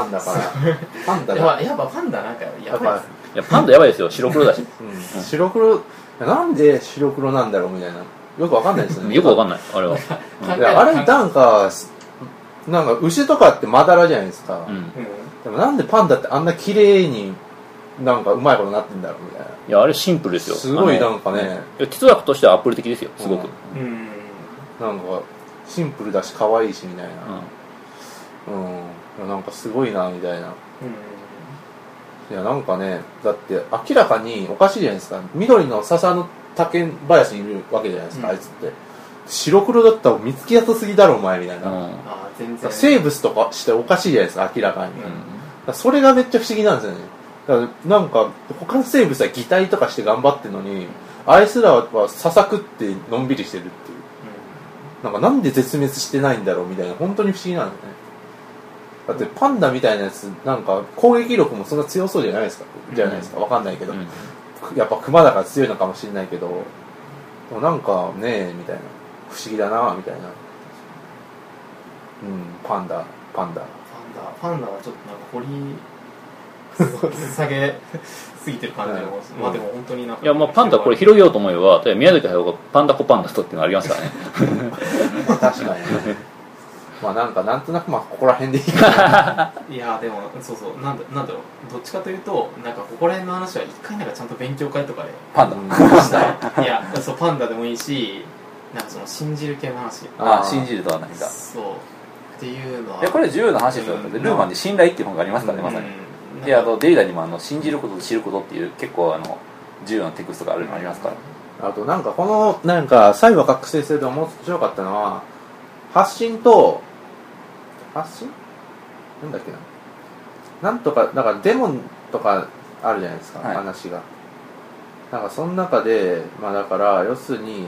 ンダからパンダだやっぱパンダなんかやばいです。 いやパンダやばいですよ、白黒だし、 白黒なんで白黒なんだろうみたいなよくわかんないですよねよくわかんないあれは。 あれなんか牛とかってまだらじゃないですか、でもなんでパンダってあんな綺麗になんかうまいことになってんだろうみたいな。 いやあれシンプルですよ。 すごいなんかね、 哲学としてはアップル的ですよ、すごく。 なんかシンプルだし可愛いしみたいな、なんかすごいなみたいな、いやなんかね、だって明らかにおかしいじゃないですか。緑の笹の竹林にいるわけじゃないですか、あいつって白黒だったら見つけやすすぎだろお前みたいな、 全然生物とかしておかしいじゃないですか明らかに、それがめっちゃ不思議なんですよね。だからなんか他の生物は擬態とかして頑張ってるのに、あいつらは笹食ってのんびりしてるっていう、なんで絶滅してないんだろうみたいな、本当に不思議なんですね。だってパンダみたいなやつなんか攻撃力もそんな強そうじゃないですか、わかんないけど、やっぱクマだから強いのかもしれないけど、でもなんかねみたいな、不思議だなみたいな。パンダはちょっとなんか掘り下げすぎてる感じも、まあでも本当になんか、 いやまあパンダこれ広げようと思えば、例えば宮崎駿がパンダコパンダとっていうのがありますからね確かにまあなんとなくここら辺でいいかな。 いやでもそうなんだろう、どっちかというとなんかここら辺の話は一回なんかちゃんと勉強会とかでパンダしたいやそうパンダでもいいし、なんかその信じる系の話、 信じるとは何かそうっていうのは、 いやこれ重要な話ですよ、ルーマンで信頼っていう本がありますからね、まさに。でデリダにも信じることと知ることっていう結構重要なテクストがありますから。 あとなんかこのなんか最後覚醒性で面白かったのは、発信なんだっけなんとかだからデモとかあるじゃないですか、話がなんかその中でだから要するに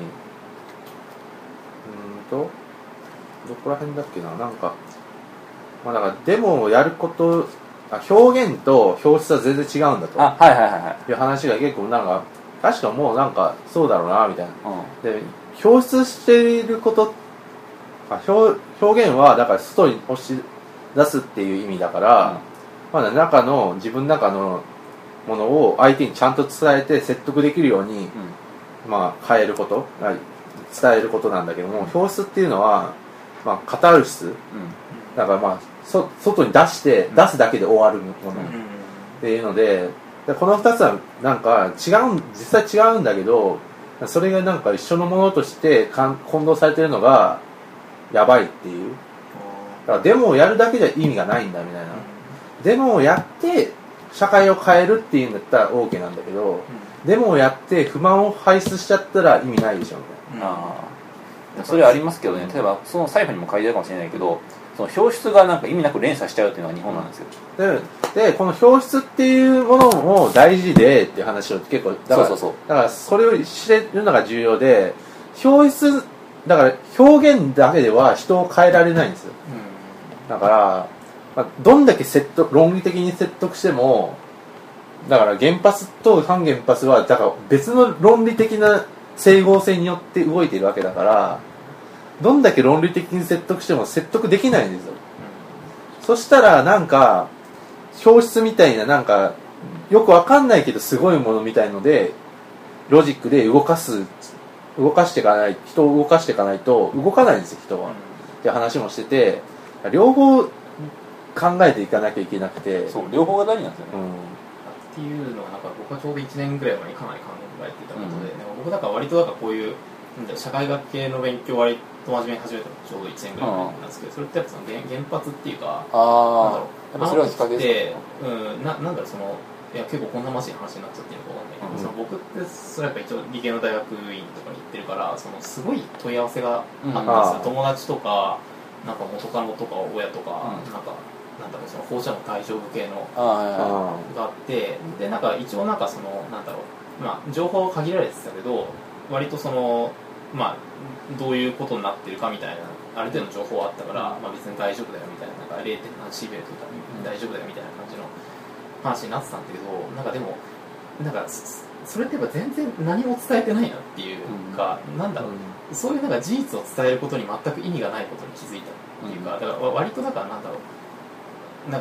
どこら辺だっけな、なんかだからデモをやること表現と表出は全然違うんだという話が結構なんか確かもうなんかそうだろうなみたいな、で表出していること表現はだから外に押し出すっていう意味だから、自分の中のものを相手にちゃんと伝えて説得できるように、変えること、伝えることなんだけども、表出っていうのは、カタルシス、だから外に出すだけで終わるものっていうので、この2つはなんか実際違うんだけど、それがなんか一緒のものとして混同されてるのがやばいっていう。だからデモをやるだけじゃ意味がないんだみたいな、デモをやって社会を変えるっていうんだったら OK なんだけど、デモをやって不満を排出しちゃったら意味ないでしょみたいな、 それはありますけどね。例えばその裁判にも書いてあるかもしれないけど、その表出がなんか意味なく連鎖しちゃうっていうのが日本なんですよ。 でこの表出っていうものも大事でっていう話を結構だからそれを知れるのが重要で、表出だから表現だけでは人を変えられないんですよ、だからどんだけ論理的に説得しても、だから原発と反原発はだから別の論理的な整合性によって動いているわけだから、どんだけ論理的に説得しても説得できないんですよ、そしたらなんか表出みたいななんかよくわかんないけどすごいものみたいのでロジックで人を動かしていかないと動かないんですよ人は、って話もしてて、両方考えていかなきゃいけなくて、 そう両方が大事なんですよね、 っていうのはなんか僕はちょうど1年ぐらい前にかなり考えていたことで、僕だから割とこういう社会学系の勉強を割と真面目に始めたのちょうど1年ぐらい前なんですけど、それってやっぱその原発っていうか、 それはきっかけですいや結構こんなマジな話になっちゃってるのかわかんないけど、僕ってそれやっぱ一応理系の大学院とかに行ってるから、すごい問い合わせがあったんですよ、友達とかなんか元カノとか親とか、なんだろうその放射能大丈夫系のがあって、でなんか一応なんか情報は限られてたけど、割とどういうことになってるかみたいなある程度の情報はあったから、別に大丈夫だよみたいな、なんか 0. 何シーベルとか大丈夫だよみたいな感じの話になってたんだけど、なんかでもなんかそれってやっぱ全然何も伝えてないなっていうか、なんだろう、そういうなんか事実を伝えることに全く意味がないことに気づいたっていうか、だから割となんかなんだろう、なんか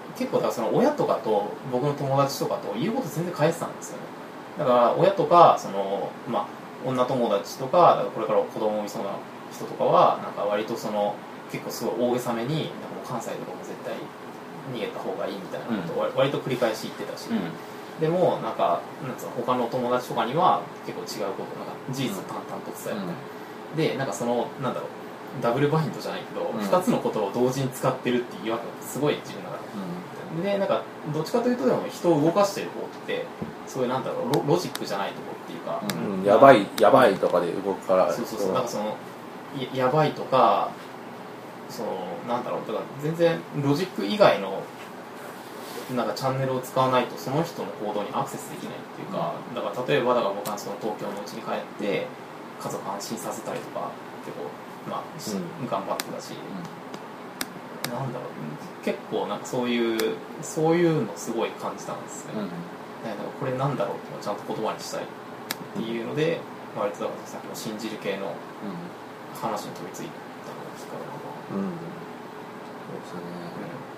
結構だからその親とかと僕の友達とかと言うこと全然変えてたんですよね。だから親とかその、女友達とかこれから子供を産みそうな人とかはなんか割とその結構すごい大げさめになんかもう関西とかも絶対逃げた方がいいみたいなことを割と繰り返し言ってたし、でもなんか他の友達とかには結構違うことなんか事実を淡々と伝える、でなんかそのなんだろうダブルバインドじゃないけど、2つのことを同時に使ってるっていうわけがすごい自分の中で、でなんかどっちかというとでも人を動かしてる方ってそういうなんだろうロジックじゃないところっていうか、 やばいとかで動くから、 そうなんかそのやばいとかそのなんだろうだから全然ロジック以外のなんかチャンネルを使わないとその人の行動にアクセスできないっていうか、だから例えばだから僕はその東京のうちに帰って家族安心させたりとか結構頑張ってたし、なんだろう結構なんかそういうのすごい感じたんですね、だからこれなんだろうってちゃんと言葉にしたいっていうので、割とだからさっきの信じる系の話に飛びついたんですから、 そうですね、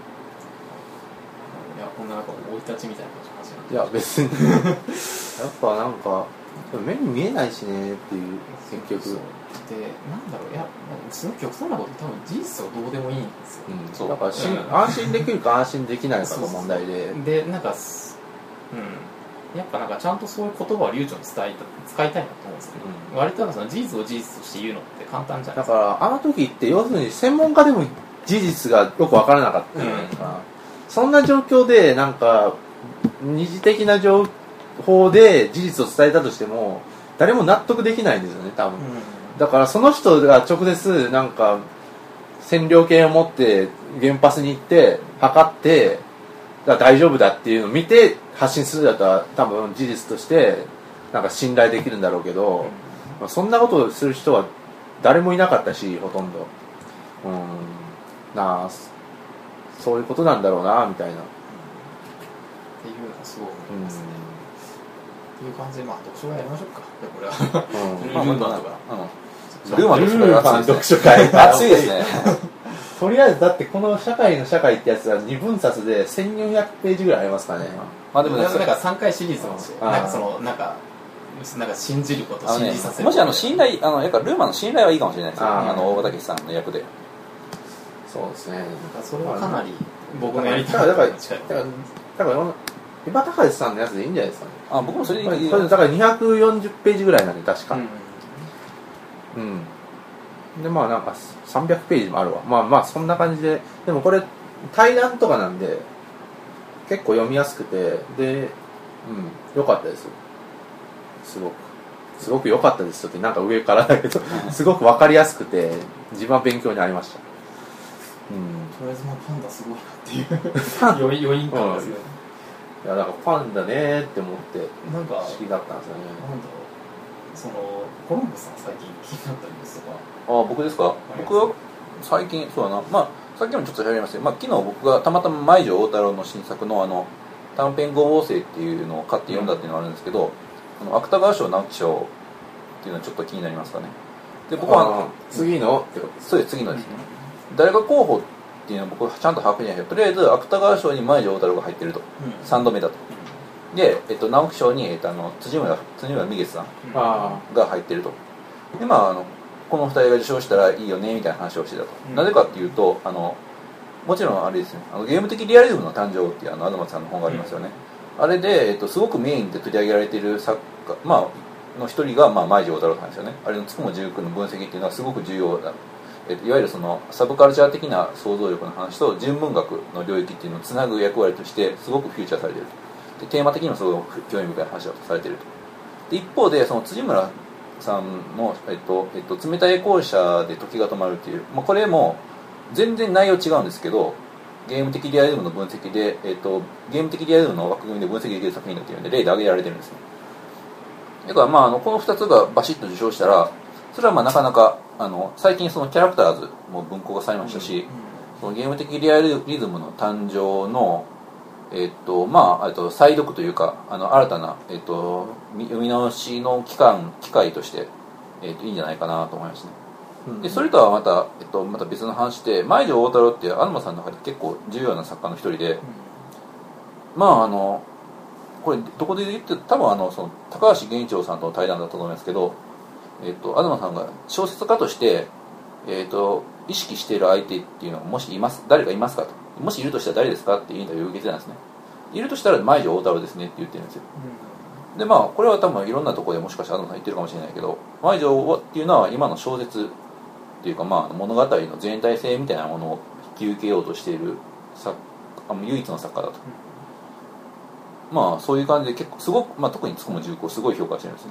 いやこんな生い立ちみたいな話なんで、 いや別にやっぱなんか目に見えないしねっていう結局でなんだろういやすごく極端なこと多分事実はどうでもいいんですよ、 だから安心できるか安心できないかの問題でなんかやっぱなんかちゃんとそういう言葉を流暢に使いたいなと思うんですけど、割となんかその事実を事実として言うのって簡単じゃないですか。 だからあの時って要するに専門家でも事実がよく分からなかったじゃないですか、そんな状況でなんか二次的な情報で事実を伝えたとしても誰も納得できないんですよね多分、だからその人が直接なんか線量計を持って原発に行って測って大丈夫だっていうのを見て発信するだったら多分事実としてなんか信頼できるんだろうけど、そんなことをする人は誰もいなかったしほとんどそういうことなんだろうなみたいなっていうのがすごい思いますね、っていう感じで読書会やりましょうかこれは、ルーマンとか、 ルーマン読書会熱いですねとりあえずだってこの社会の社会ってやつは2分冊で1400ページぐらいありますからね、 でもなんか3回シリーズなんですよ、なんかそのなんか信じること信じさせるもし信頼やっぱルーマンの信頼はいいかもしれないですよ、大場武さんの役で。 そうですね、 なんかそれはかなり僕のやりたいだから今高橋さんのやつでいいんじゃないですかね。 僕もそれでいい。 だから240ページぐらいなんで確かでなんか300ページもあるわ、そんな感じで。でもこれ対談とかなんで結構読みやすくてで良かったです。すごく良かったですってなんか上からだけどすごく分かりやすくて自分は勉強になりました。 とりあえずパンダすごいなっていう余韻感ですね。 いやだからパンダねって思ってなんか不思議だったんですよね。 なんだろうそのコロンブスさん最近気になったニュースとか。 僕ですか。僕は最近そうだな、さっきもちょっと喋りましたけど、昨日僕がたまたま舞城大太郎の新作の短編合房生っていうのを買って読んだっていうのがあるんですけど、芥川賞直木賞っていうのはちょっと気になりますかね。で僕は次のってことですそうです、次のですね、誰が候補っていうのは僕はちゃんと把握してないけど、とりあえず芥川賞に舞城大太郎が入ってると、3度目だと。で、直木賞に、辻村美月さんが入ってると。でこの2人が受賞したらいいよねみたいな話をしてたと、なぜかっていうともちろんあれですね、ゲーム的リアリズムの誕生っていう東さんの本がありますよね、あれで、すごくメインで取り上げられている作家、の一人が舞城大太郎さんですよね。あれのつくも19の分析っていうのはすごく重要だ、いわゆるそのサブカルチャー的な想像力の話と純文学の領域っていうのをつなぐ役割としてすごくフューチャーされていると。でテーマ的にもすごく興味深い話だとされていると。で一方でその辻村さんの、冷たい校舎で時が止まるっていう、これも全然内容違うんですけど、ゲーム的リアリズムの分析で、ゲーム的リアリズムの枠組みで分析できる作品だっていうので例で挙げられてるんですね。だからこの2つがバシッと受賞したら、それはなかなか最近そのキャラクターズも文庫化されましたし、そのゲーム的リアリズムの誕生の再読というか新たな、読み直しの機会として、いいんじゃないかなと思いますね。 でそれとはまた、また別の話で、前城大太郎って東さんの中で結構重要な作家の一人で、まあこれどこで言って多分その高橋源一郎さんとの対談だったと思いますけど、東さんが小説家として、意識している相手っていうのがもし誰かいますかと、もしいるとしたら誰ですかっていうインタビューを受けてたんですね。いるとしたら前城大太郎ですねって言ってるんですよ。でまあこれは多分いろんなところでもしかしたら東さん言ってるかもしれないけど、前城っていうのは今の小説っていうか、まあ物語の全体性みたいなものを引き受けようとしている唯一の作家だと、まあそういう感じで結構すごく、まあ、特につくも重工をすごい評価してるんですね。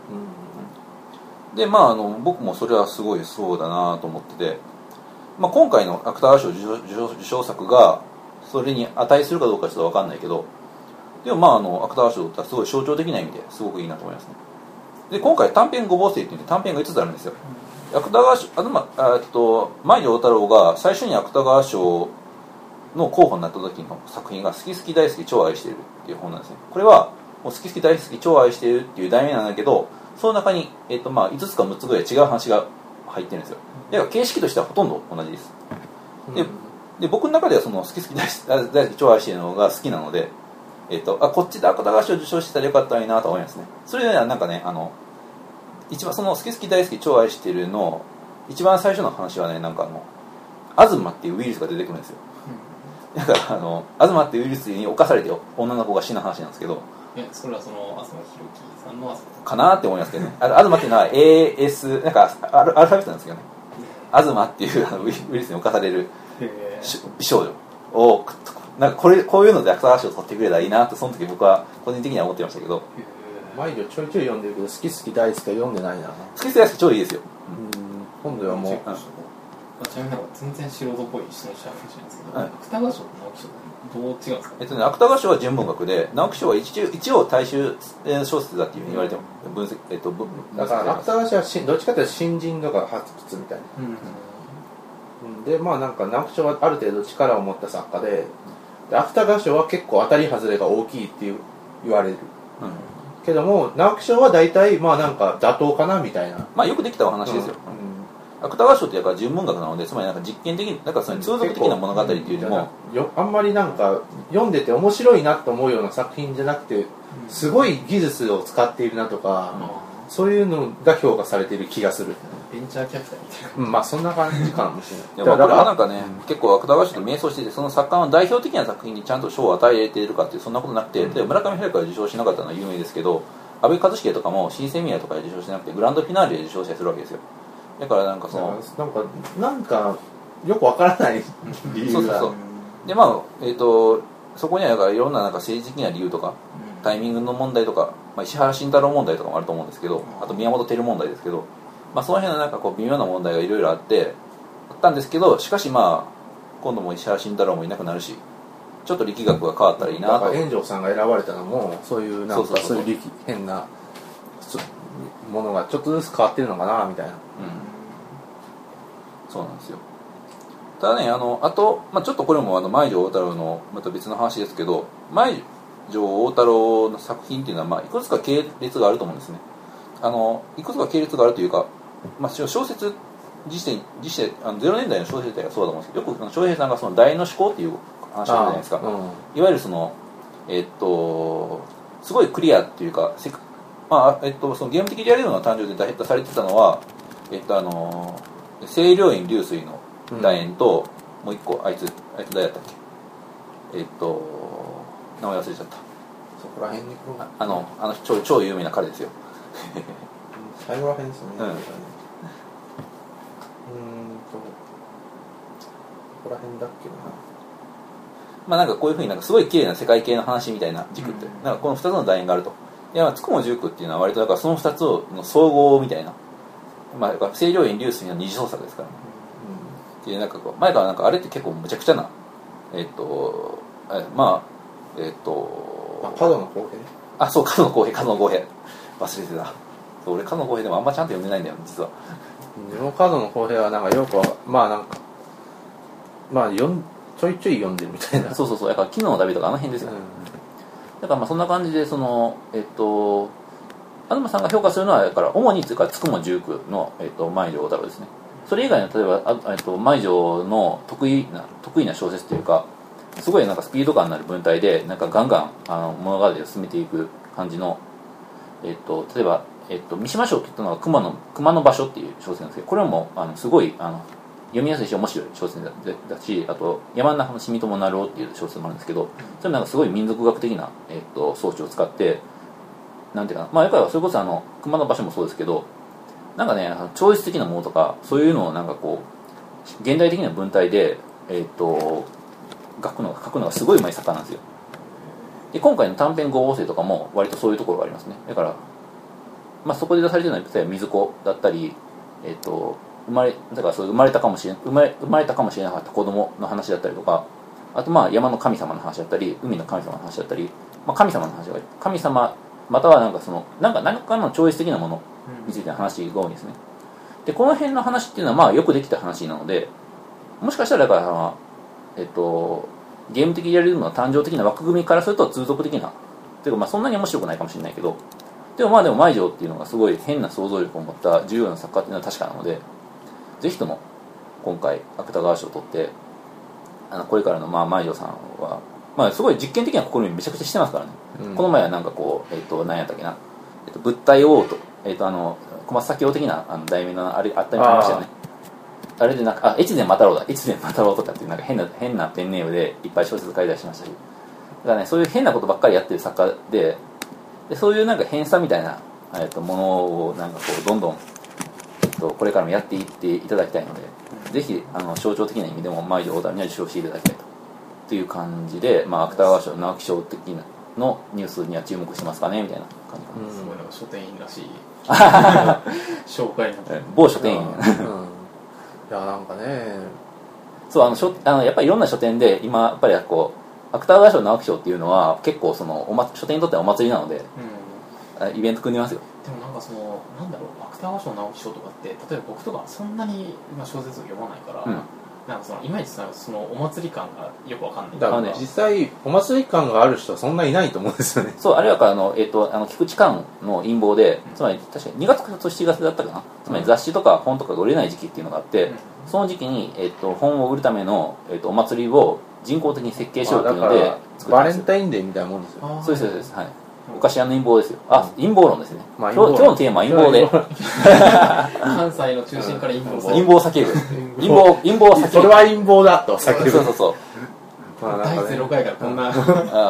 でまあ僕もそれはすごいそうだなと思ってて、まあ、今回の芥川賞受賞作がそれに値するかどうかちょっと分かんないけど、でもまあ芥川賞ってすごい象徴的な意味ですごくいいなと思いますね。で今回短編五芒星っていって短編が5つあるんですよ。芥川賞前城大太郎が最初に芥川賞の候補になった時の作品が好き好き大好き超愛しているっていう本なんですね。これはもう好き好き大好き超愛しているっていう題名なんだけど、その中に、まあ、5つか6つぐらい違う話が入ってるんですよ。だから形式としてはほとんど同じです。で僕の中ではその好き好き大好き超愛しているのが好きなので、こっちで芥川賞受賞してたらよかったのになと思いますね。それではなんかね、一番その好き好き大好き超愛しているの一番最初の話はね、なんか東っていうウイルスが出てくるんですよ。だから東っていうウイルスに侵されて女の子が死ぬ話なんですけど、 それはその東博樹さんのかなって思いますけどね。東っていうのは AS なんかアルファベットなんですけどね。東っていうウイルスに侵される美少女をなんかこういうので芥川賞を取ってくれたらいいなってその時僕は個人的には思ってましたけど、 毎度ちょいちょい読んでるけど好き好き大好きは読んでないな。 好き好き大好き超いいですよ。 今度はもうちなみになんか全然素人っぽい質問しちゃうかもしれないですけど、芥川賞と直木賞どう違うんですか？ 芥川賞は純文学で、直木賞は一応大衆小説だっていうふうに言われても分析だから芥川賞はどっちかというと新人とか発掘みたいな、でまあなんか直木賞はある程度力を持った作家で、芥川賞は結構当たり外れが大きいって言われる、けども直木賞は大体まあなんか妥当かなみたいな、 まあよくできたお話ですよ。芥川賞ってやっぱ純文学なので、つまりなんか実験的なんかその通俗的な物語っていうよりも、 あんまりなんか読んでて面白いなと思うような作品じゃなくて、すごい技術を使っているなとか、そういうのが評価されている気がする。 ベンチャーキャピタルみたいな、 まあそんな感じかもしれない。 だからこれはなんかね、結構芥川賞と迷走してて、その作家の代表的な作品にちゃんと賞を与えられているかっていうそんなことなくて、例えば村上春樹が受賞しなかったのは有名ですけど、安倍一茂とかも新鮮味とかで受賞しなくてグランドフィナーレで受賞したりするわけですよ。だからなんかなんかよくわからない理由が、 でまあそこにはだからいろんな、 なんか政治的な理由とか、タイミングの問題とか、まあ、石原慎太郎問題とかもあると思うんですけど、あと宮本照問題ですけど、まあ、その辺のなんかこう微妙な問題がいろいろあったんですけど、しかしまあ今度も石原慎太郎もいなくなるし、ちょっと力学が変わったらいいなと。 だから炎上さんが選ばれたのもそういうなんかそういう変なものがちょっとずつ変わってるのかなみたいな、 そうなんですよ。ただね、あと、まあ、ちょっとこれも前城大太郎のまた別の話ですけど、前城大太郎の作品っていうのは、まあ、いくつか系列があると思うんですね。いくつか系列があるというか、まあ、小説自体0年代の小説自体がそうだと思うんですけど、よく翔平さんがその大の思考っていう話をするじゃないですか。いわゆるそのすごいクリアっていうか、まあそのゲーム的リアリズムの誕生で出されてたのは、清涼院流水の大円と、もう一個あいつ誰やったっけ、名前忘れちゃった。 そこら辺に来るあの超有名な彼ですよ。 最後ら辺ですね。ここら辺だっけな。 まあなんかこういうふうになんかすごい綺麗な世界系の話みたいな軸って、なんかこの2つの楕円があると。いや、つくも塾っていうのは割とだからその2つの総合みたいな、まあ清涼院流水の二次創作ですからね。でなんかこう前からなんかあれって結構むちゃくちゃな角野公平、 そう角野公平忘れてた。俺角野公平でもあんまちゃんと読んでないんだよ実は。 でも角野公平はなんかよくまあなんかまあちょいちょい読んでるみたいな。 そうだから昨日の旅とかあの辺ですよ、だからまあそんな感じでその東さんが評価するのはだから主につくも19の前城大太郎ですね。 それ以外の例えば舞女の得意な小説というか、すごいなんかスピード感のある文体でなんかガンガン物語を進めていく感じの、例えば、三島賞を切ったのは熊の場所っていう小説なんですけど、これはもうすごい読みやすいし面白い小説だし、あと山の中の住友なろうっていう小説もあるんですけど、それもなんかすごい民族学的な、装置を使って、なんていうかな、まあやっぱりそれこそ熊の場所もそうですけど、なんかね超越的なものとかそういうのをなんかこう現代的な文体で書くのがすごいうまい作家なんですよ。で今回の短編合法性とかも割とそういうところがありますね。だから、まあ、そこで出されてるのは例えば水子だったり、生まれたかもしれなかった子供の話だったりとか、あとまあ山の神様の話だったり海の神様の話だったり、まあ、神様の話が神様またはなんか何かの超越的なものについての話が多いんですね。でこの辺の話っていうのはまあよくできた話なので、もしかしたらだからゲーム的リアリズムの誕生的な枠組みからすると通俗的なというか、まあそんなに面白くないかもしれないけど、でも舞女っていうのがすごい変な想像力を持った重要な作家っていうのは確かなので、ぜひとも今回芥川賞を取ってこれからの舞女さんは、まあ、すごい実験的な試みめちゃくちゃしてますからね、この前はなんかこう何やったっけな、物体王と小松左京的な題名のあれあったりましたよね。あれでなんか越前又郎とかっていうなんか変なペンネームでいっぱい小説書いたりしましたし、だからねそういう変なことばっかりやってる作家でそういうなんか偏差みたいなものをなんかこうどんどんこれからもやっていっていただきたいので、ぜひ象徴的な意味でも舞女大谷には受賞していただきたいという感じで、まあ、芥川賞直木賞的なのニュースには注目してますかねみたいな感じかな。 すごいなんか書店員らしい紹介になって某書店員いやなんかねそうやっぱりいろんな書店で今やっぱりこう芥川賞直木賞っていうのは結構書店にとってはお祭りなので、イベント組んでますよ。 でもなんかなんだろう、芥川賞直木賞とかって例えば僕とかそんなに小説を読まないから、なんかいまいちお祭り感がよくわかんない。 だからね、実際お祭り感がある人はそんないないと思うんですよね。 そう、あれは菊池寛の陰謀で、つまり確かに2月から7月だったかな、つまり雑誌とか本とかが売れない時期っていうのがあって、その時期に、本を売るための、お祭りを人工的に設計しようっていうのでバレンタインデーみたいなもんですよ。 そうです、はい。お菓子屋の陰謀ですよ。陰謀論ですね。今日のテーマは陰謀で。 関西の中心から陰謀陰謀を叫ぶ。陰謀を叫ぶ。 それは陰謀だと叫ぶ。 そう。 第0回からこんな。で、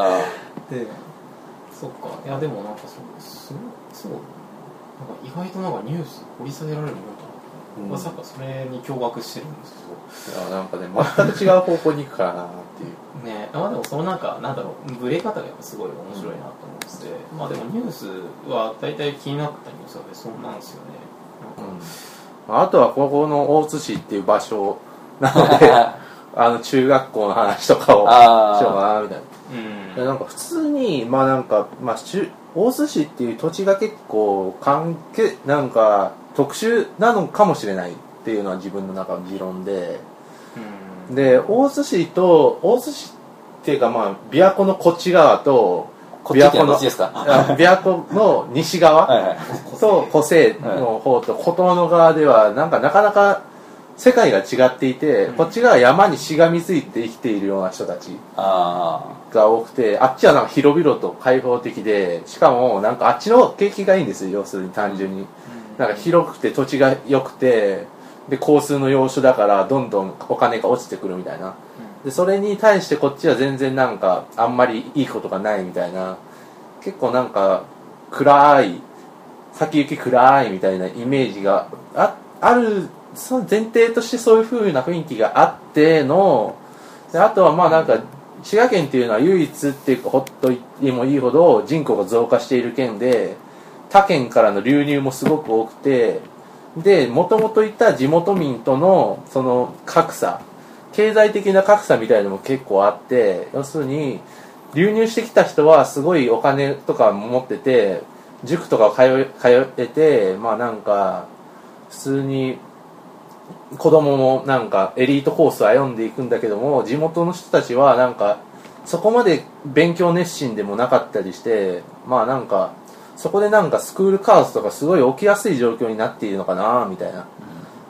そっか。いやでもなんかそうなんか意外となんかニュース掘り下げられるもんだな。まさかそれに驚愕してるんですけど。 いやなんかね全く違う方向に行くからなっていう。 ね、でもなんかなんだろう、ブレ方がやっぱすごい面白いなと思ってて、まあでもニュースは大体気になったニュースはそうなんですよね。 あとはここの大津市っていう場所なので中学校の話とかをしようかなみたいな。なんか普通に大津市っていう土地が結構なんか特殊なのかもしれないっていうのは自分の中の持論で。で大津市っていうか琵琶湖のこっち側と琵琶湖の西側と湖西の方と孤島の側ではなかなか世界が違っていて、こっち側は山にしがみついて生きているような人たちが多くて、あっちはなんか広々と開放的で、しかもなんかあっちの景気がいいんですよ。要するに単純になんか広くて土地が良くて、で交通の要所だからどんどんお金が落ちてくるみたいな。でそれに対してこっちは全然なんかあんまりいいことがないみたいな、結構なんか先行き暗いみたいなイメージがある、その前提としてそういう風な雰囲気があっての、であとはなんか滋賀県っていうのは唯一っていうかほっと言ってもいいほど人口が増加している県で、他県からの流入もすごく多くて、でもともといた地元民とのその格差、経済的な格差みたいなのも結構あって、要するに流入してきた人はすごいお金とか持ってて塾とか通えて、なんか普通に子供もなんかエリートコースを歩んでいくんだけども、地元の人たちはなんかそこまで勉強熱心でもなかったりして、なんかそこでなんかスクールカオスとかすごい起きやすい状況になっているのかなみたいな、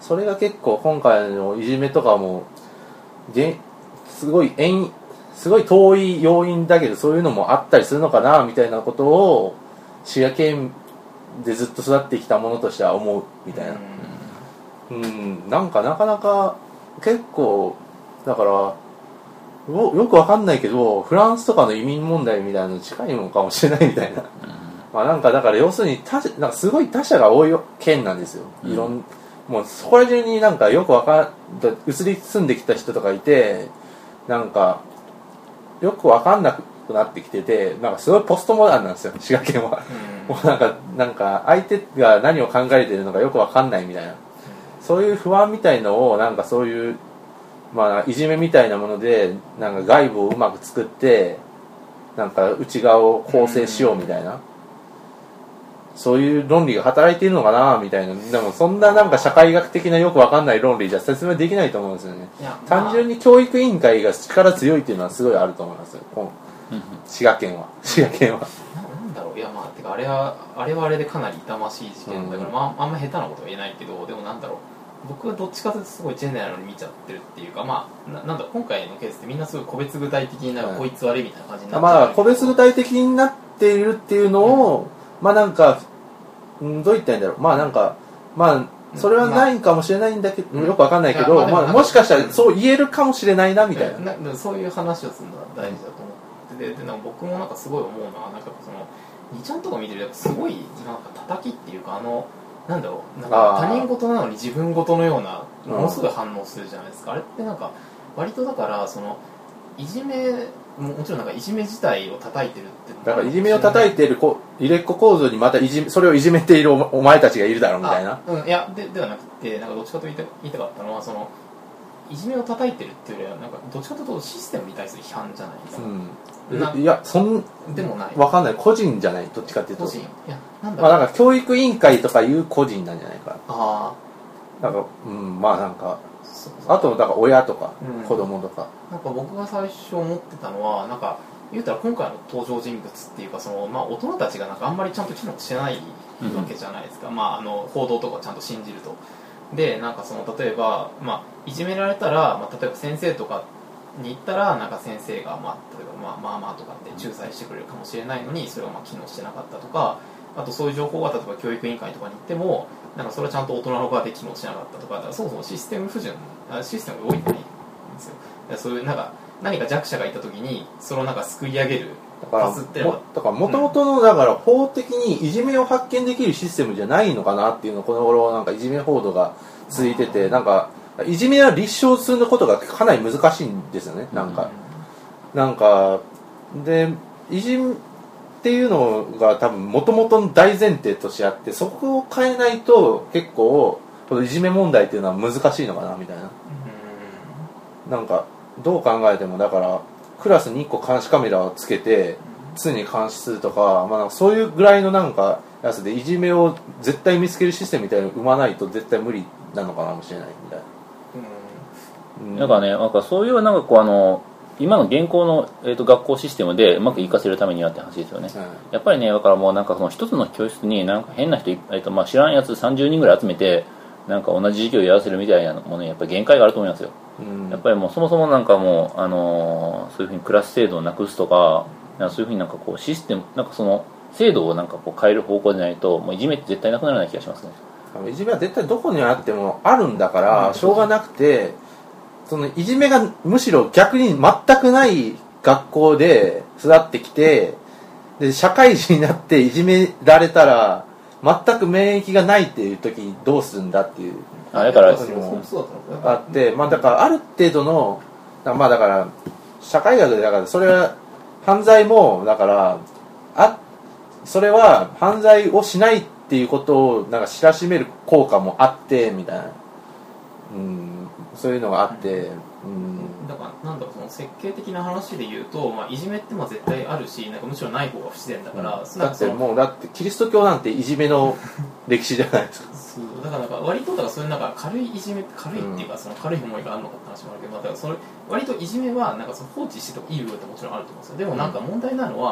それが結構今回のいじめとかもすごい遠い要因だけど、そういうのもあったりするのかなみたいなことを滋賀県でずっと育ってきたものとしては思うみたいな。なんかなかなか結構だからよくわかんないけど、フランスとかの移民問題みたいなの近いのかもしれないみたいな。まあなんかだから要するになんかすごい他者が多い県なんですよ。もうそこら中になんかよく移り住んできた人とかいて、なんかよくわかんなくなってきてて、なんかすごいポストモダンなんですよ、滋賀県は。もうなんか相手が何を考えているのかよくわかんないみたいな。そういう不安みたいのをなんかそういうまあいじめみたいなものでなんか外部をうまく作ってなんか内側を構成しようみたいな。そういう論理が働いているのかなみたいな。でもそんななんか社会学的なよくわかんない論理じゃ説明できないと思うんですよね。単純に教育委員会が力強いっていうのはすごいあると思いますよ。滋賀県は。 なんだろう、いやまあてかあれはあれでかなり痛ましい事件だから、まああんま下手なことは言えないけど、でもなんだろう、僕はどっちかというとすごいジェネラルに見ちゃってるっていうか、まあなんだろう、今回のケースってみんなすごい個別具体的になんかこいつ悪いみたいな感じになっちゃう。 まあ個別具体的になっているっていうのを、まあなんかどう言ったらいいんだろう、まあなんかまあそれはないかもしれないんだけど、よくわかんないけど、まあもしかしたらそう言えるかもしれないなみたいな。 そういう話をするのは大事だと思ってて、でなんか僕もなんかすごい思うのはなんかその2ちゃんとか見てるとすごいなんか叩きっていうかなんだろう、なんか他人事なのに自分事のようなものすごい反応するじゃないですか。あれってなんか割とだからそのいじめもちろんなんかいじめ自体を叩いてるってだからいじめを叩いている入れっ子構造にまたそれをいじめているお前たちがいるだろうみたいな。 いやではなくて、なんかどっちかと言いたかったのはそのいじめを叩いてるっていうよりはなんかどっちかというとシステムに対する批判じゃないですか。 いやでもない。 わかんない、個人じゃない、どっちかっていうと。 個人。いやなんだまあなんか教育委員会とかいう個人なんじゃないか。なんかまあなんか。あとだから親とか子供とか、 なんか僕が最初思ってたのはなんか言うたら今回の登場人物っていうかその、まあ、大人たちがなんかあんまりちゃんと機能してないわけじゃないですか、まあ、報道とかちゃんと信じると。でなんかその例えば、まあ、いじめられたら、まあ、例えば先生とかに行ったらなんか先生が、まあ、例えばまあとかって仲裁してくれるかもしれないのにそれがまあ機能してなかったとか、あとそういう情報が例えば教育委員会とかに行ってもなんかそれはちゃんと大人の側で機能しなかったとか、だからそもそもシステム不純、システムが動いてないんですよ。そういうなんか何か弱者がいた時にそれをなんか救い上げるパスっていうのはだから元々のだから法的にいじめを発見できるシステムじゃないのかなっていうのをこの頃なんかいじめ報道が続いてて、なんかいじめは立証することがかなり難しいんですよね。なんかでいじめっていうのが多分元々の大前提としてあって、そこを変えないと結構このいじめ問題っていうのは難しいのかなみたいな。なんかどう考えてもだからクラスに1個監視カメラをつけて常に監視するとか、まあ、そういうぐらいのなんかやつでいじめを絶対見つけるシステムみたいなのを生まないと絶対無理なのかもしれないみたいな。 なんかね、なんかそういうなんかこう今の現行の、学校システムでうまく活かせるためにはって話ですよね、やっぱりね、だからもうなんかその一つの教室になんか変な人、まあ、知らんやつ30人ぐらい集めてなんか同じ授業をやらせるみたいなものにやっぱり限界があると思いますよ、やっぱりもうそもそもなんかもう、そういうふうにクラス制度をなくすとか、そういうふうになんかこうシステムなんかその制度をなんかこう変える方向でないともういじめって絶対なくならない気がしますね。 いじめは絶対どこにあってもあるんだからしょうがなくて、そのいじめがむしろ逆に全くない学校で育ってきて、で社会人になっていじめられたら全く免疫がないっていう時にどうするんだっていうだからあって、まあだからある程度のまあだから社会学でだからそれは犯罪もだからそれは犯罪をしないっていうことをなんか知らしめる効果もあってみたいな、そういうのがあって、 だからなんだろう、その設計的な話で言うと、まあ、いじめってまあ絶対あるし、なんかむしろない方が不自然だから、 だってキリスト教なんていじめの歴史じゃないですか。 だからなんか割とだからそういうなんか軽いいじめ、軽いっていうかその軽い思いがあるのかって話もあるけど、だからそれ割といじめはなんかその放置しててもいい部分ってもちろんあると思うんですよ。でもなんか問題なのは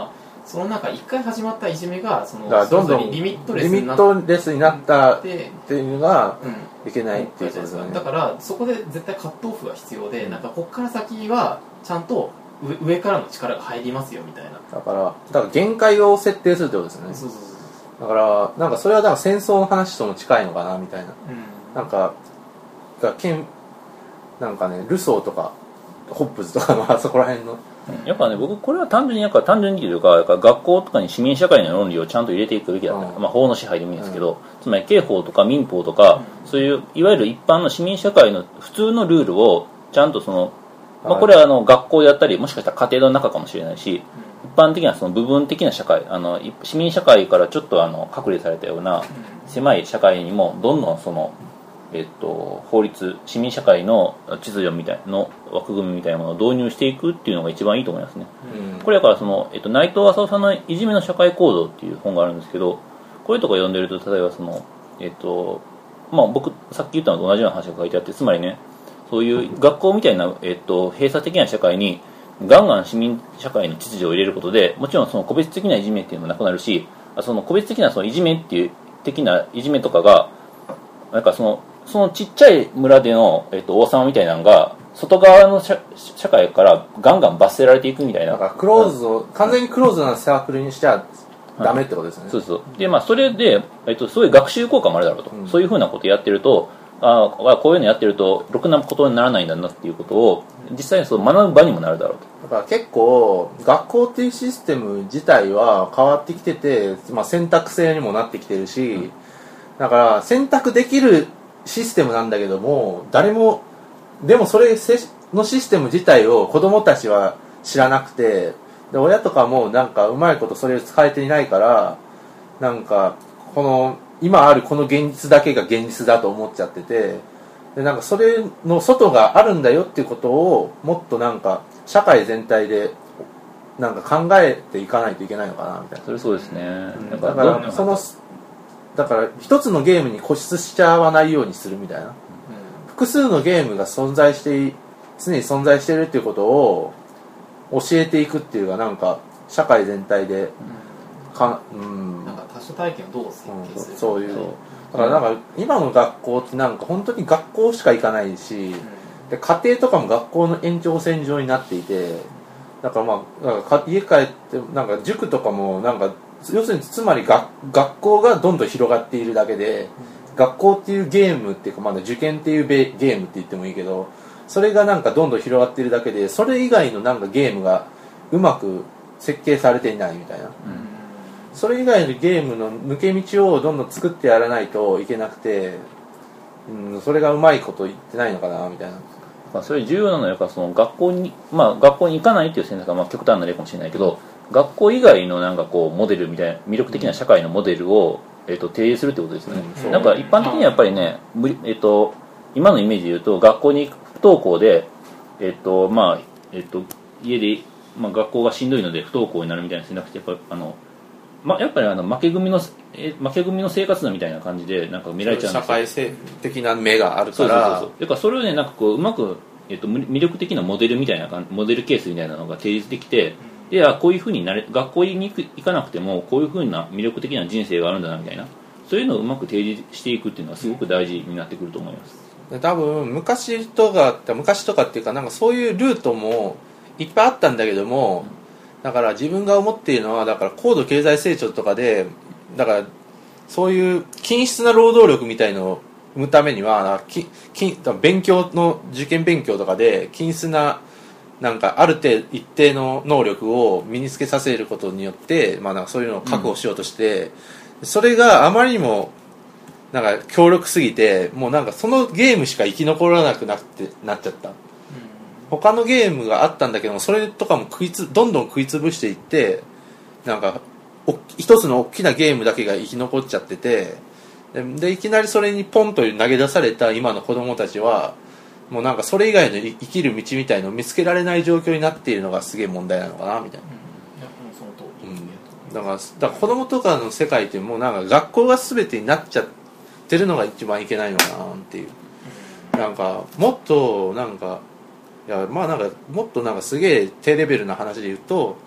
その中1回始まったいじめがそのだからどんどんリミットレスになったっていうのがいけないっていうことですよね。 だからそこで絶対カットオフが必要で、なんかここから先はちゃんと上からの力が入りますよみたいな。 だから限界を設定するってことですよね。 そうだからなんかそれはだから戦争の話とも近いのかなみたいな。なんかなんかねルソーとかホップズとかのあそこら辺の。 やっぱね、僕これは単純にというか学校とかに市民社会の論理をちゃんと入れていくべきだった、法の支配でもいいんですけど、つまり刑法とか民法とか、そういういわゆる一般の市民社会の普通のルールをちゃんとその、これは学校であったりもしかしたら家庭の中かもしれないし、一般的なその部分的な社会市民社会からちょっと隔離されたような狭い社会にもどんどんその法律、市民社会の秩序みたいの枠組みみたいなものを導入していくっていうのが一番いいと思いますね。これだから内藤浅尾さんのいじめの社会構造っていう本があるんですけど、これとか読んでると例えば僕さっき言ったのと同じような話が書いてあって、つまりね、そういう学校みたいな閉鎖的な社会にガンガン市民社会の秩序を入れることで、もちろんその個別的ないじめっていうのもなくなるし、その個別的なそのいじめっていう的ないじめとかがなんかそのちっちゃい村での、王様みたいなのが外側の社会からガンガン罰せられていくみたいな。 だから完全にクローズなサークルにしちゃダメってことですね。 そうで、それで、そういう学習効果もあるだろうと、そういうふうなことやってると、こういうのやってるとろくなことにならないんだなっていうことを実際に学ぶ場にもなるだろうと。 だから結構学校っていうシステム自体は変わってきてて、選択制にもなってきてるし、だから選択できるシステムなんだけども、でもそれのシステム自体を子供たちは知らなくて、で親とかもなんかうまいことそれを使えていないから、なんか今あるこの現実だけが現実だと思っちゃってて、でなんかそれの外があるんだよっていうことをもっとなんか社会全体でなんか考えていかないといけないのかなみたいな。 それそうですね。 だから一つのゲームに固執しちゃわないようにするみたいな、複数のゲームが常に存在しているっていうことを教えていくっていうか、なんか社会全体でなんか多種体験をどう設計する、 そういうだからなんか今の学校ってなんか本当に学校しか行かないし、で家庭とかも学校の延長線上になっていて、だから家帰ってなんか塾とかもなんか要するにつまり学校がどんどん広がっているだけで、学校っていうゲームっていうか、まだ受験っていうゲームって言ってもいいけど、それがなんかどんどん広がっているだけで、それ以外のなんかゲームがうまく設計されていないみたいな、それ以外のゲームの抜け道をどんどん作ってやらないといけなくて、それがうまいこと言ってないのかなみたいな。 それ重要なのはやっぱその学校に行かないっていう選択が極端な例かもしれないけど、学校以外のなんかモデルみたいな魅力的な社会のモデルを、提示するってことですよね。なんか一般的にはやっぱりね、今のイメージで言うと学校に不登校で、家で、学校がしんどいので不登校になるみたいな選択肢、やっぱり負け組の生活だみたいな感じでなんか見られちゃうんですよ。 社会性的な目があるから、 だからそれをね、なんかうまく、魅力的なモデルみたいなモデルケースみたいなのが提示できて、でこういうふうに学校に行かなくてもこういうふうな魅力的な人生があるんだなみたいな、そういうのをうまく提示していくっていうのはすごく大事になってくると思います。 多分昔とかっていうか、なんかそういうルートもいっぱいあったんだけども、だから自分が思っているのは、だから高度経済成長とかで、だからそういう均質な労働力みたいのを生むためには、勉強の受験勉強とかで均質ななんかある一定の能力を身につけさせることによって、なんかそういうのを確保しようとして、それがあまりにもなんか強力すぎて、もうなんかそのゲームしか生き残らなくなっちゃった。他のゲームがあったんだけども、それとかもどんどん食い潰していって、なんか一つの大きなゲームだけが生き残っちゃってて、でいきなりそれにポンと投げ出された今の子供たちは、もうなんかそれ以外の生きる道みたいのを見つけられない状況になっているのがすげえ問題なのかなみたいな。だから子供とかの世界ってもうなんか学校が全てになっちゃってるのが一番いけないのかなっていう。なんかもっとなんかもっとなんかすげえ低レベルな話で言うと、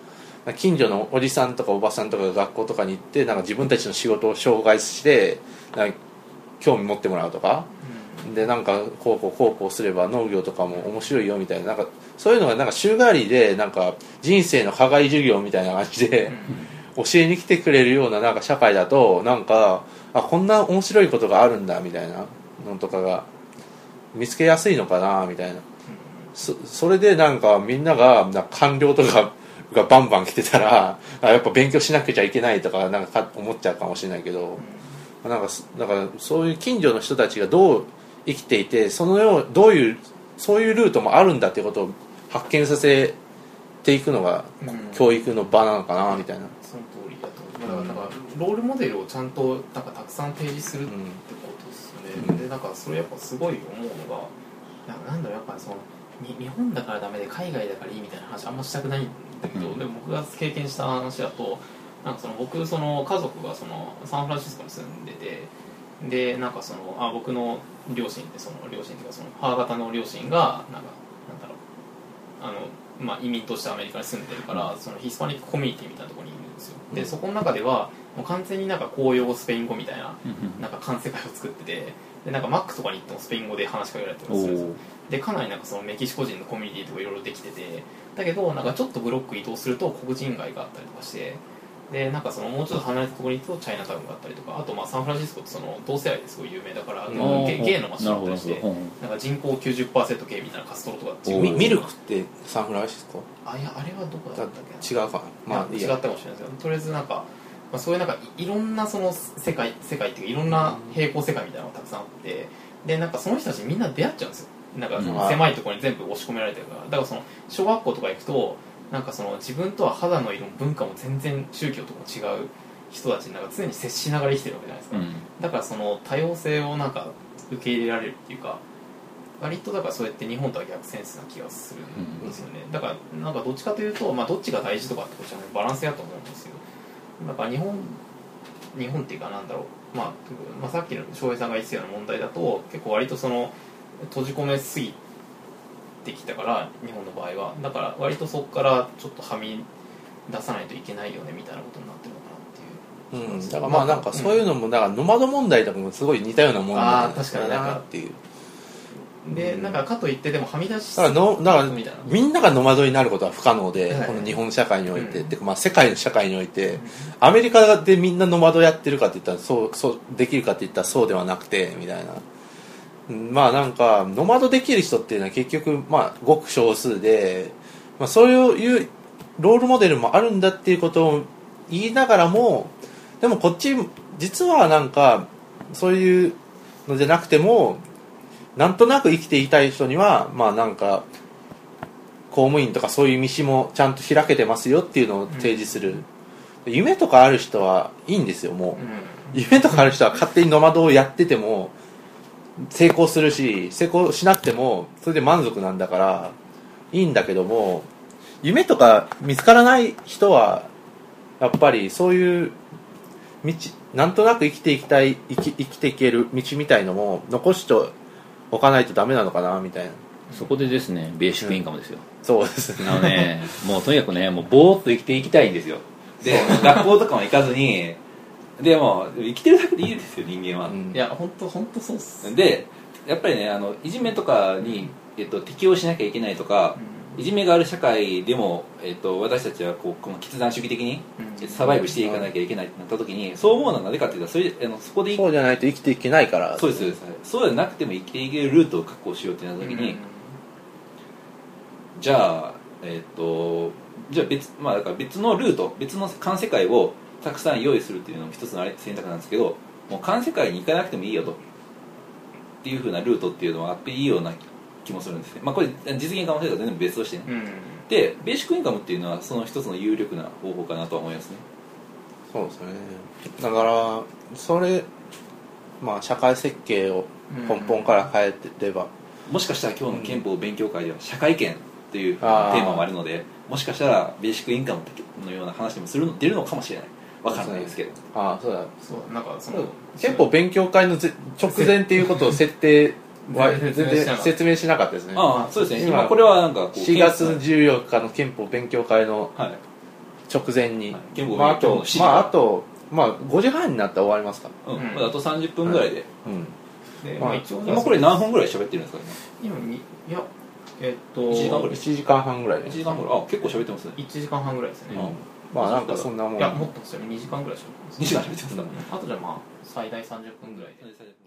近所のおじさんとかおばさんとかが学校とかに行ってなんか自分たちの仕事を紹介してなんか興味持ってもらうとか、でなんかこうすれば農業とかも面白いよみたいな、なんかそういうのがなんか週替わりでなんか人生の課外授業みたいな感じで教えに来てくれるようななんか社会だとなんかこんな面白いことがあるんだみたいなのとかが見つけやすいのかなみたいな。それでなんかみんなが官僚とかがバンバン来てたらやっぱ勉強しなくちゃいけないとかなんか思っちゃうかもしれないけど、なんかだからそういう近所の人たちがどう生きていてそういうルートもあるんだっていうことを発見させていくのが教育の場なのかなみたいな。 その通りだと思う。だからロールモデルをちゃんとなんかたくさん提示するってことですよね。でなんかそれやっぱすごい思うのがなんだろう、やっぱその日本だからダメで海外だからいいみたいな話あんましたくないんだけど、でも僕が経験した話だとなんか僕その家族がそのサンフランシスコに住んでて、でなんか僕の両親って両親っていうか母方の両親がなんだろう移民としてアメリカに住んでるからそのヒスパニックコミュニティみたいなところにいるんですよ。でそこの中ではもう完全になんか公用語スペイン語みたいななんか環世界を作ってて、でなんかマックとかに行ってもスペイン語で話しかけられてまする。でかなりなんかメキシコ人のコミュニティとかいろいろできてて、だけどなんかちょっとブロック移動すると黒人街があったりとかして、でなんかもうちょっと離れたところに行くとチャイナタウンがあったりとか、あとサンフランシスコって同性愛ですごい有名だからゲイの街だったりして、なんか人口 90% ゲイみたいなカストロとかミルクってサンフランシスコいやあれはどこだったっけ。 違うかな、 違ったかもしれないですけど、とりあえずなんかそういうなんかいろんな世界っていうかいろんな平行世界みたいなのがたくさんあって、でなんかその人たちみんな出会っちゃうんですよ。なんか狭いところに全部押し込められてるから、だから小学校とか行くとなんか自分とは肌の色も文化も全然宗教とかも違う人たちになんか常に接しながら生きてるわけじゃないですか、だから多様性をなんか受け入れられるっていうか、割とだからそうやって日本とは逆センスな気がするんですよね。だからなんかどっちかというと、どっちが大事とかってことじゃないバランスやと思うんですよ。だから日本っていうかなんだろう、さっきの翔平さんが言ってたような問題だと結構割と閉じ込めすぎてきたから日本の場合はだから割とそこからちょっとはみ出さないといけないよねみたいなことになってるのかなっていう、 だからなんかそういうのもだからノマド問題とかもすごい似たようなもんだなっていう。 でなんかかといってでもはみ出しだからみんながノマドになることは不可能で、この日本社会において、てか世界の社会において、アメリカでみんなノマドやってるかって言ったらそうできるかって言ったらそうではなくてみたいな。なんかノマドできる人っていうのは結局ごく少数で、そういうロールモデルもあるんだっていうことを言いながらも、でもこっち実はなんかそういうのじゃなくてもなんとなく生きていたい人にはなんか公務員とかそういう道もちゃんと開けてますよっていうのを提示する、夢とかある人はいいんですよ。もう夢とかある人は勝手にノマドをやってても成功するし、成功しなくてもそれで満足なんだからいいんだけども、夢とか見つからない人はやっぱりそういう道、なんとなく生きていける道みたいのも残しておかないとダメなのかなみたいな。 そこでですね、ベーシックインカムですよ、 そうですね。もうとにかくね、もうぼーっと生きていきたいんですよ。で学校とかも行かずに、でも生きてるだけでいいですよ人間は、 いや本当そうっす。 でやっぱりねいじめとかに、適応しなきゃいけないとか、いじめがある社会でも、私たちはこの決断主義的にサバイブしていかなきゃいけないってなった時に、そう思うのはなぜかっていうとそこでそうじゃないと生きていけないから。 そうですそうじゃなくても生きていけるルートを確保しようってなった時に、じゃあだから別のルート、別の環世界をたくさん用意するっていうのも一つの選択なんですけど、もう環世界に行かなくてもいいよとっていう風なルートっていうのはあっていいような気もするんですね。これ実現可能性とは全然別としてね、でベーシックインカムっていうのはその一つの有力な方法かなとは思いますね。 そうですね。だからそれ社会設計を根本から変えてれば、 もしかしたら今日の憲法勉強会では社会権というテーマもあるので、もしかしたらベーシックインカムのような話も出るのかもしれない。わからないですけど。 そうだ。 そうなんか憲法勉強会の直前っていうことを設定は全然説明しなかったですね。 そうですね。今これはなんか 4月14日の憲法勉強会の直前に、 はい、 あと5時半になったら終わりますか、 まだあと30分ぐらいで、 で一応今これ何分ぐらい喋ってるんですか今いや 1時間ぐらい 1時間半ぐらい 1時間ぐらい結構喋ってますね 1時間半ぐらいですね、 まあなんかそんなもんいやもっとですよね2時間ぐらい喋ってます 2時間喋ってますねあとじゃあまあ最大30分ぐらいで